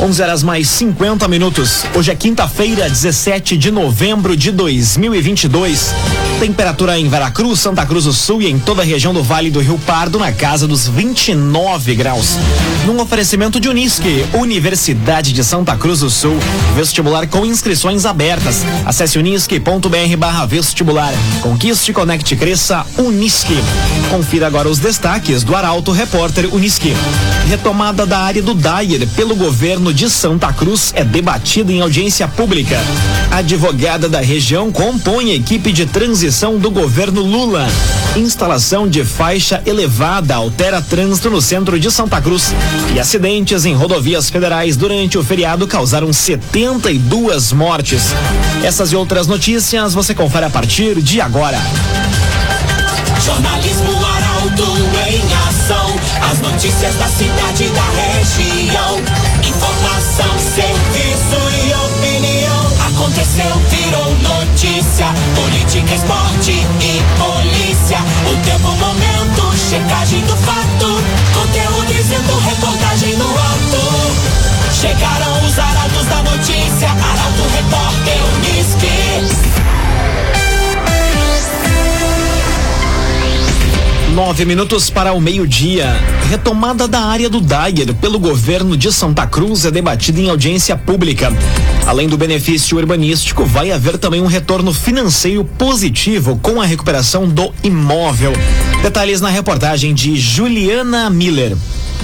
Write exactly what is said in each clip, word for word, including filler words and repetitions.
onze horas mais cinquenta minutos. Hoje é quinta-feira, dezessete de novembro de dois mil e vinte e dois. Temperatura em Veracruz, Santa Cruz do Sul e em toda a região do Vale do Rio Pardo na casa dos vinte e nove graus. Num oferecimento de Unisque, Universidade de Santa Cruz do Sul. Vestibular com inscrições abertas. Acesse unisque.br barra vestibular. Conquiste, conecte, cresça, Unisque. Confira agora os destaques do Arauto Repórter Unisque. Retomada da área do Dyer pelo governo de Santa Cruz é debatida em audiência pública. A advogada da região compõe a equipe de transição do governo Lula. Instalação de faixa elevada altera trânsito no centro de Santa Cruz. E acidentes em rodovias federais durante o feriado causaram setenta e duas mortes. Essas e outras notícias você confere a partir de agora. Jornalismo Arauto em ação. As notícias da cidade e da região. Informação, serviço e opinião. Aconteceu, virou notícia. Política, esporte e polícia. O tempo, momento, checagem do fato. Conteúdo dizendo, reportagem no alto. Chegaram os arautos da notícia. Arauto Repórter Unisque. Nove minutos para o meio-dia. Retomada da área do Dyer pelo governo de Santa Cruz é debatida em audiência pública. Além do benefício urbanístico, vai haver também um retorno financeiro positivo com a recuperação do imóvel. Detalhes na reportagem de Juliana Miller.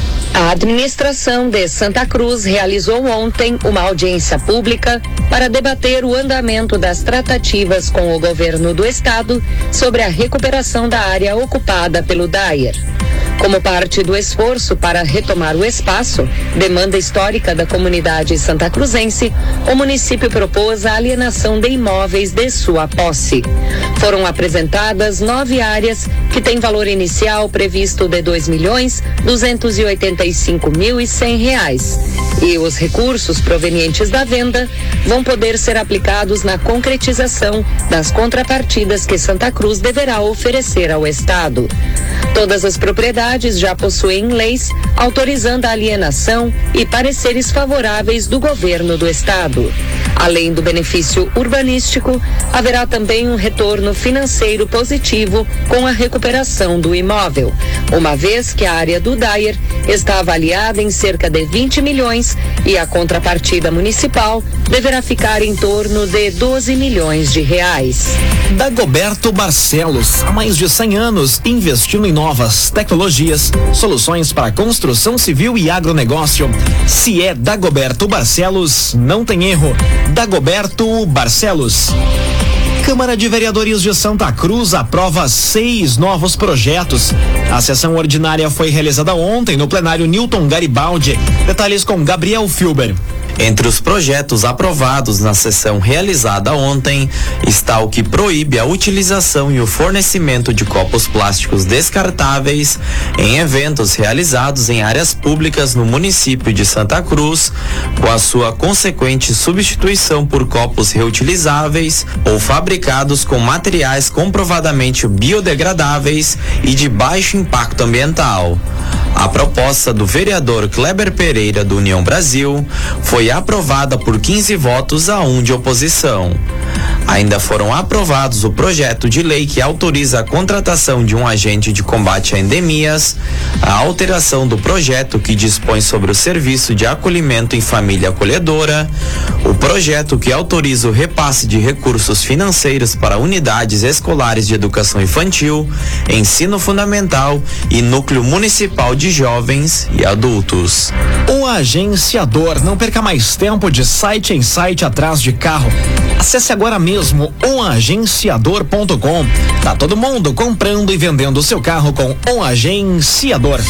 A administração de Santa Cruz realizou ontem uma audiência pública para debater o andamento das tratativas com o governo do estado sobre a recuperação da área ocupada pelo Dyer. Como parte do esforço para retomar o espaço, demanda histórica da comunidade santacruzense, o município propôs a alienação de imóveis de sua posse. Foram apresentadas nove áreas que têm valor inicial previsto de dois milhões duzentos e oitenta e cinco mil e cem reais. E os recursos provenientes da venda vão poder ser aplicados na concretização das contrapartidas que Santa Cruz deverá oferecer ao estado. Todas as propriedades já possuem leis autorizando a alienação e pareceres favoráveis do governo do estado. Além do benefício urbanístico, haverá também um retorno financeiro positivo com a recuperação do imóvel, uma vez que a área do Dyer está avaliada em cerca de vinte milhões e a contrapartida municipal deverá ficar em torno de doze milhões de reais. Dagoberto Barcelos, há mais de cem anos, investindo em novas tecnologias, soluções para construção civil e agronegócio. Se é Dagoberto Barcelos, não tem erro. Dagoberto Barcelos. Câmara de Vereadores de Santa Cruz aprova seis novos projetos. A sessão ordinária foi realizada ontem no plenário Newton Garibaldi. Detalhes com Gabriel Filber. Entre os projetos aprovados na sessão realizada ontem está o que proíbe a utilização e o fornecimento de copos plásticos descartáveis em eventos realizados em áreas públicas no município de Santa Cruz, com a sua consequente substituição por copos reutilizáveis ou fabricados com materiais comprovadamente biodegradáveis e de baixo impacto ambiental. A proposta do vereador Kleber Pereira do União Brasil foi aprovada por quinze votos a um de oposição. Ainda foram aprovados o projeto de lei que autoriza a contratação de um agente de combate a endemias, a alteração do projeto que dispõe sobre o serviço de acolhimento em família acolhedora, o projeto que autoriza o repasse de recursos financeiros para unidades escolares de educação infantil, ensino fundamental e núcleo municipal de jovens e adultos. O agenciador, não perca mais tempo de site em site atrás de carro. Acesse agora mesmo o agenciador ponto com. Tá todo mundo comprando e vendendo seu carro com o Agenciador.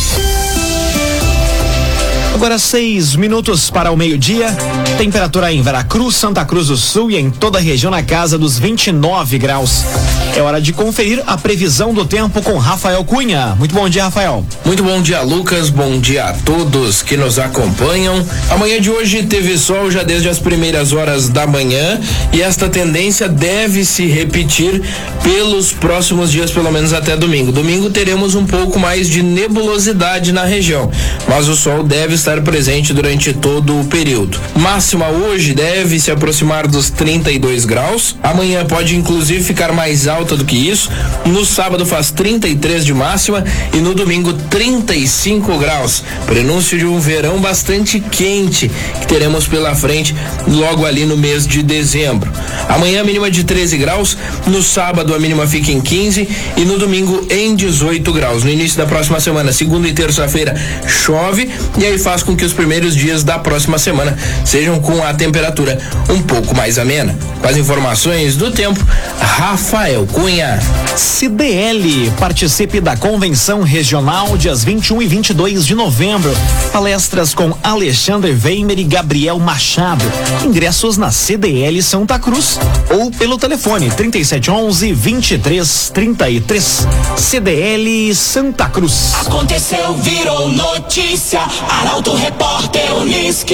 Agora seis minutos para o meio-dia. Temperatura em Veracruz, Santa Cruz do Sul e em toda a região na casa dos vinte e nove graus. É hora de conferir a previsão do tempo com Rafael Cunha. Muito bom dia, Rafael. Muito bom dia, Lucas. Bom dia a todos que nos acompanham. Amanhã de hoje teve sol já desde as primeiras horas da manhã e esta tendência deve se repetir pelos próximos dias, pelo menos até domingo. Domingo teremos um pouco mais de nebulosidade na região, mas o sol deve estar estar presente durante todo o período. Máxima hoje deve se aproximar dos trinta e dois graus. Amanhã pode inclusive ficar mais alta do que isso. No sábado faz trinta e três de máxima e no domingo trinta e cinco graus. Prenúncio de um verão bastante quente que teremos pela frente logo ali no mês de dezembro. Amanhã a mínima de treze graus, no sábado a mínima fica em quinze e no domingo em dezoito graus. No início da próxima semana, segunda e terça-feira, chove e aí faz com que os primeiros dias da próxima semana sejam com a temperatura um pouco mais amena. Com as informações do tempo, Rafael Cunha. C D L, participe da Convenção Regional dias vinte e um e vinte e dois de novembro. Palestras com Alexandre Weimer e Gabriel Machado. Ingressos na C D L Santa Cruz ou pelo telefone trinta e sete onze, vinte e três, trinta e três. C D L Santa Cruz. Aconteceu, virou notícia. Arauto Repórter Unisque.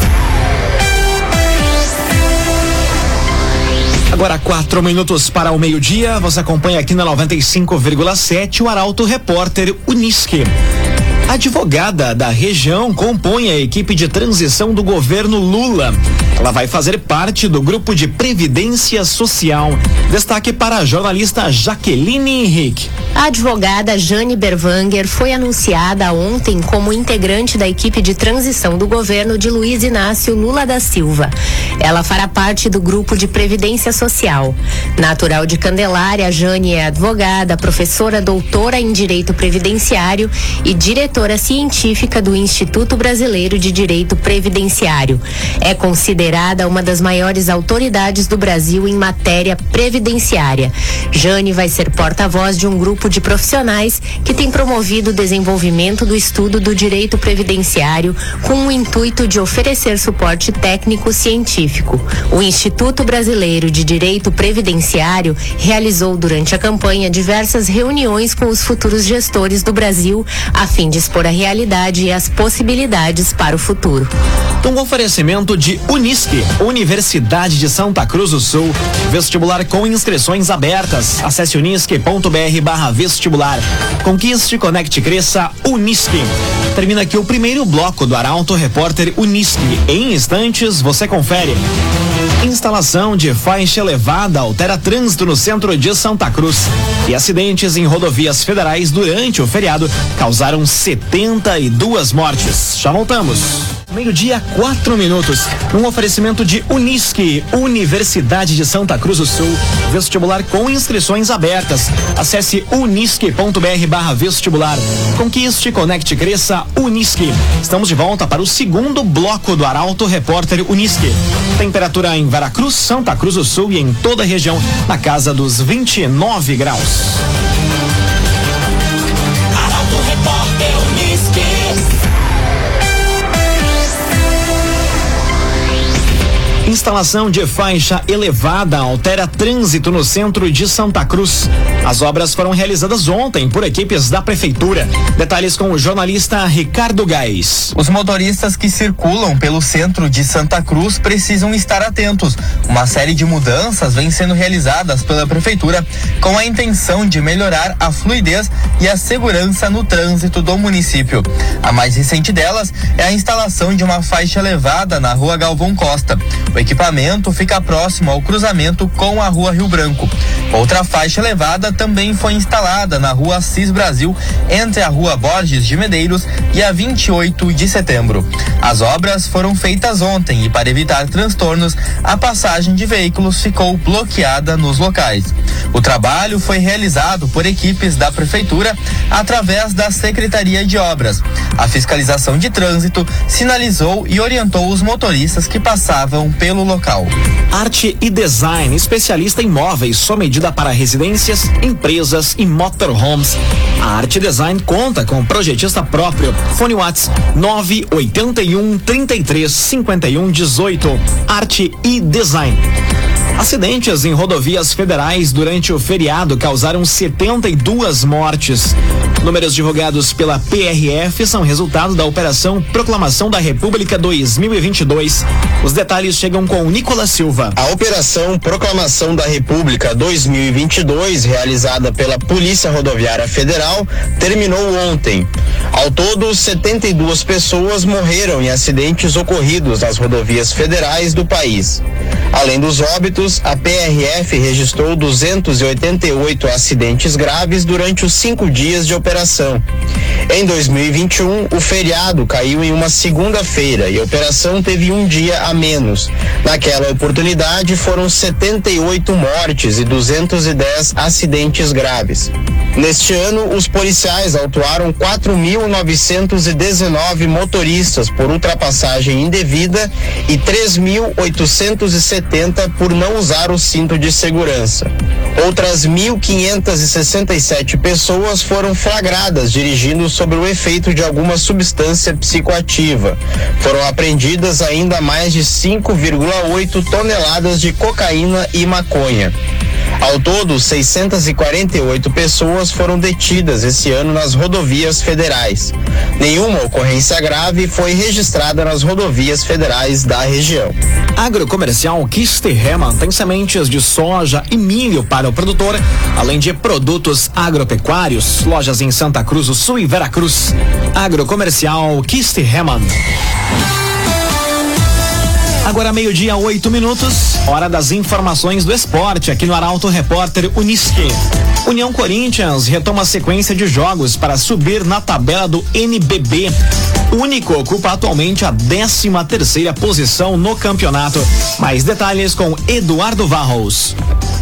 Agora quatro minutos para o meio-dia. Você acompanha aqui na noventa e cinco vírgula sete o Arauto Repórter Unisque. A advogada da região compõe a equipe de transição do governo Lula. Ela vai fazer parte do grupo de Previdência Social. Destaque para a jornalista Jaqueline Henrique. A advogada Jane Berwanger foi anunciada ontem como integrante da equipe de transição do governo de Luiz Inácio Lula da Silva. Ela fará parte do grupo de Previdência Social. Natural de Candelária, Jane é advogada, professora doutora em Direito Previdenciário e diretora científica do Instituto Brasileiro de Direito Previdenciário. É considerada uma das maiores autoridades do Brasil em matéria previdenciária. Jane vai ser porta-voz de um grupo de profissionais que tem promovido o desenvolvimento do estudo do direito previdenciário com o intuito de oferecer suporte técnico científico. O Instituto Brasileiro de Direito Previdenciário realizou durante a campanha diversas reuniões com os futuros gestores do Brasil a fim de expor a realidade e as possibilidades para o futuro. Um oferecimento de Unisque, Universidade de Santa Cruz do Sul. Vestibular com inscrições abertas. Acesse unisque ponto br barra vestibular. Conquiste, conecte, cresça, Unisque. Termina aqui o primeiro bloco do Arauto Repórter Unisque. Em instantes, você confere. Instalação de faixa elevada altera trânsito no centro de Santa Cruz. E acidentes em rodovias federais durante o feriado causaram setenta e duas mortes. Já voltamos. Meio-dia, quatro minutos. Um oferecimento de Unisque, Universidade de Santa Cruz do Sul. Vestibular com inscrições abertas. Acesse unisque ponto br barra vestibular. Conquiste, conecte, cresça, Unisque. Estamos de volta para o segundo bloco do Arauto Repórter Unisque. Temperatura em Veracruz, Santa Cruz do Sul e em toda a região na casa dos vinte e nove graus. Arauto Repórter Unisque. Instalação de faixa elevada altera trânsito no centro de Santa Cruz. As obras foram realizadas ontem por equipes da prefeitura. Detalhes com o jornalista Ricardo Gás. Os motoristas que circulam pelo centro de Santa Cruz precisam estar atentos. Uma série de mudanças vem sendo realizadas pela prefeitura com a intenção de melhorar a fluidez e a segurança no trânsito do município. A mais recente delas é a instalação de uma faixa elevada na Rua Galvão Costa. O equipamento fica próximo ao cruzamento com a Rua Rio Branco. Outra faixa elevada também foi instalada na Rua Assis Brasil, entre a Rua Borges de Medeiros e a vinte e oito de setembro. As obras foram feitas ontem e, para evitar transtornos, a passagem de veículos ficou bloqueada nos locais. O trabalho foi realizado por equipes da prefeitura através da Secretaria de Obras. A fiscalização de trânsito sinalizou e orientou os motoristas que passavam pelo local. Arte e Design, especialista em móveis, sob medida para residências, empresas e motorhomes. A Arte e Design conta com projetista próprio. Fone WhatsApp nove oito um, trinta e três, cinquenta e um, dezoito. Arte e Design. Acidentes em rodovias federais durante o feriado causaram setenta e duas mortes. Números divulgados pela P R F são resultado da Operação Proclamação da República dois mil e vinte e dois. Os detalhes chegam com Nicolas Silva. A Operação Proclamação da República dois mil e vinte e dois, realizada pela Polícia Rodoviária Federal, terminou ontem. Ao todo, setenta e duas pessoas morreram em acidentes ocorridos nas rodovias federais do país. Além dos óbitos, a P R F registrou duzentos e oitenta e oito acidentes graves durante os cinco dias de operação. Em dois mil e vinte e um, o feriado caiu em uma segunda-feira e a operação teve um dia a menos. Naquela oportunidade, foram setenta e oito mortes e duzentos e dez acidentes graves. Neste ano, os policiais autuaram quatro mil novecentos e dezenove motoristas por ultrapassagem indevida e três mil oitocentos e setenta por não usar o cinto de segurança. Outras mil quinhentas e sessenta e sete pessoas foram flagradas dirigindo sob o efeito de alguma substância psicoativa. Foram apreendidas ainda mais de cinco vírgula oito toneladas de cocaína e maconha. Ao todo, seiscentas e quarenta e oito pessoas foram detidas esse ano nas rodovias federais. Nenhuma ocorrência grave foi registrada nas rodovias federais da região. Agrocomercial Kisterreman tem sementes de soja e milho para o produtor, além de produtos agropecuários. Lojas em Santa Cruz do Sul e Veracruz. Agrocomercial Kisterreman. Agora meio-dia, oito minutos, hora das informações do esporte aqui no Arauto Repórter Unisque. União Corinthians retoma a sequência de jogos para subir na tabela do N B B. O Único ocupa atualmente a décima terceira posição no campeonato. Mais detalhes com Eduardo Varros.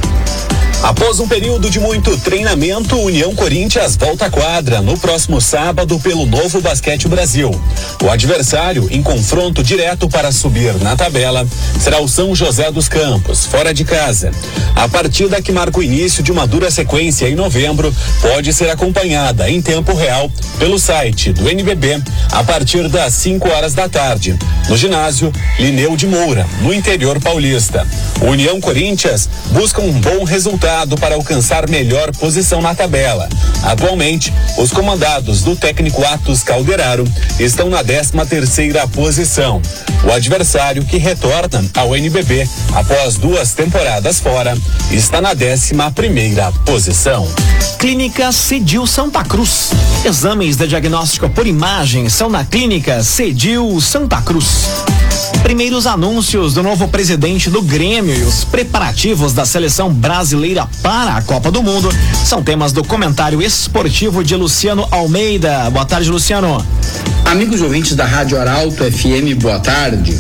Após um período de muito treinamento, União Corinthians volta à quadra no próximo sábado pelo Novo Basquete Brasil. O adversário, em confronto direto para subir na tabela, será o São José dos Campos, fora de casa. A partida, que marca o início de uma dura sequência em novembro, pode ser acompanhada em tempo real pelo site do N B B a partir das cinco horas da tarde, no ginásio Lineu de Moura, no interior paulista. O União Corinthians busca um bom resultado para alcançar melhor posição na tabela. Atualmente, os comandados do técnico Atos Calderaro estão na décima terceira posição. O adversário, que retorna ao N B B após duas temporadas fora, está na décima primeira posição. Clínica Cedil Santa Cruz. Exames de diagnóstico por imagem são na Clínica Cedil Santa Cruz. Primeiros anúncios do novo presidente do Grêmio e os preparativos da seleção brasileira para a Copa do Mundo são temas do comentário esportivo de Luciano Almeida. Boa tarde, Luciano. Amigos ouvintes da Rádio Arauto F M, boa tarde.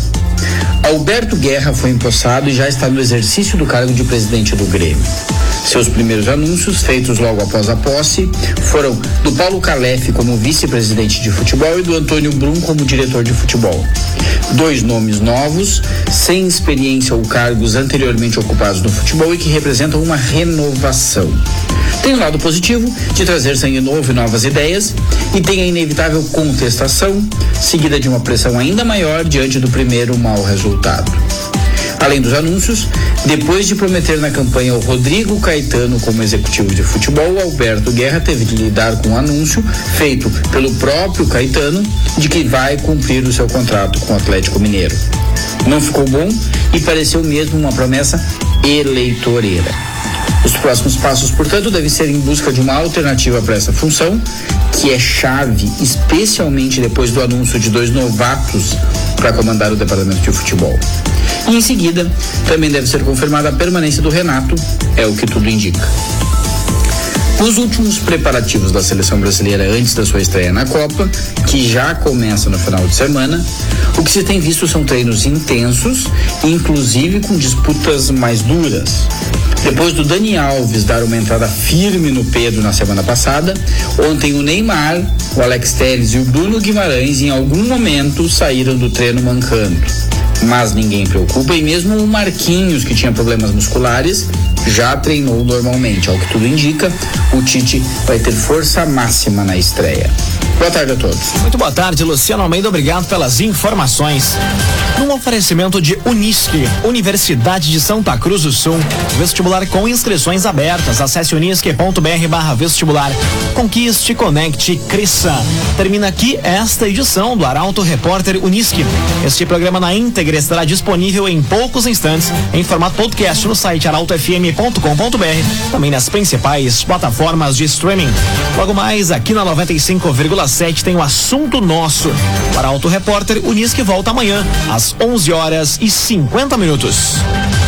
Alberto Guerra foi empossado e já está no exercício do cargo de presidente do Grêmio. Seus primeiros anúncios, feitos logo após a posse, foram do Paulo Calef como vice-presidente de futebol e do Antônio Brum como diretor de futebol. Dois nomes novos, sem experiência ou cargos anteriormente ocupados no futebol e que representam uma renovação. Tem o lado positivo de trazer sangue novo e novas ideias, e tem a inevitável contestação, seguida de uma pressão ainda maior diante do primeiro mau resultado. Além dos anúncios, depois de prometer na campanha o Rodrigo Caetano como executivo de futebol, Alberto Guerra teve de lidar com um anúncio feito pelo próprio Caetano de que vai cumprir o seu contrato com o Atlético Mineiro. Não ficou bom e pareceu mesmo uma promessa eleitoreira. Os próximos passos, portanto, devem ser em busca de uma alternativa para essa função, que é chave, especialmente depois do anúncio de dois novatos para comandar o departamento de futebol. E em seguida, também deve ser confirmada a permanência do Renato, é o que tudo indica. Os últimos preparativos da seleção brasileira antes da sua estreia na Copa, que já começa no final de semana, o que se tem visto são treinos intensos, inclusive com disputas mais duras. Depois do Dani Alves dar uma entrada firme no Pedro na semana passada, ontem o Neymar, o Alex Telles e o Bruno Guimarães em algum momento saíram do treino mancando. Mas ninguém preocupa, e mesmo o Marquinhos, que tinha problemas musculares, já treinou normalmente. Ao que tudo indica, o Tite vai ter força máxima na estreia. Boa tarde a todos. Muito boa tarde, Luciano Almeida, obrigado pelas informações. Num oferecimento de Unisque, Universidade de Santa Cruz do Sul, vestibular com inscrições abertas. Acesse unisque.br barra vestibular. Conquiste, conecte, cresça. Termina aqui esta edição do Arauto Repórter Unisque. Este programa na íntegra estará disponível em poucos instantes em formato podcast no site arauto f m ponto com ponto b r, também nas principais plataformas de streaming. Logo mais, aqui na noventa e cinco vírgula sete tem o assunto nosso. O Arauto Repórter Unisque volta amanhã às onze horas e cinquenta minutos.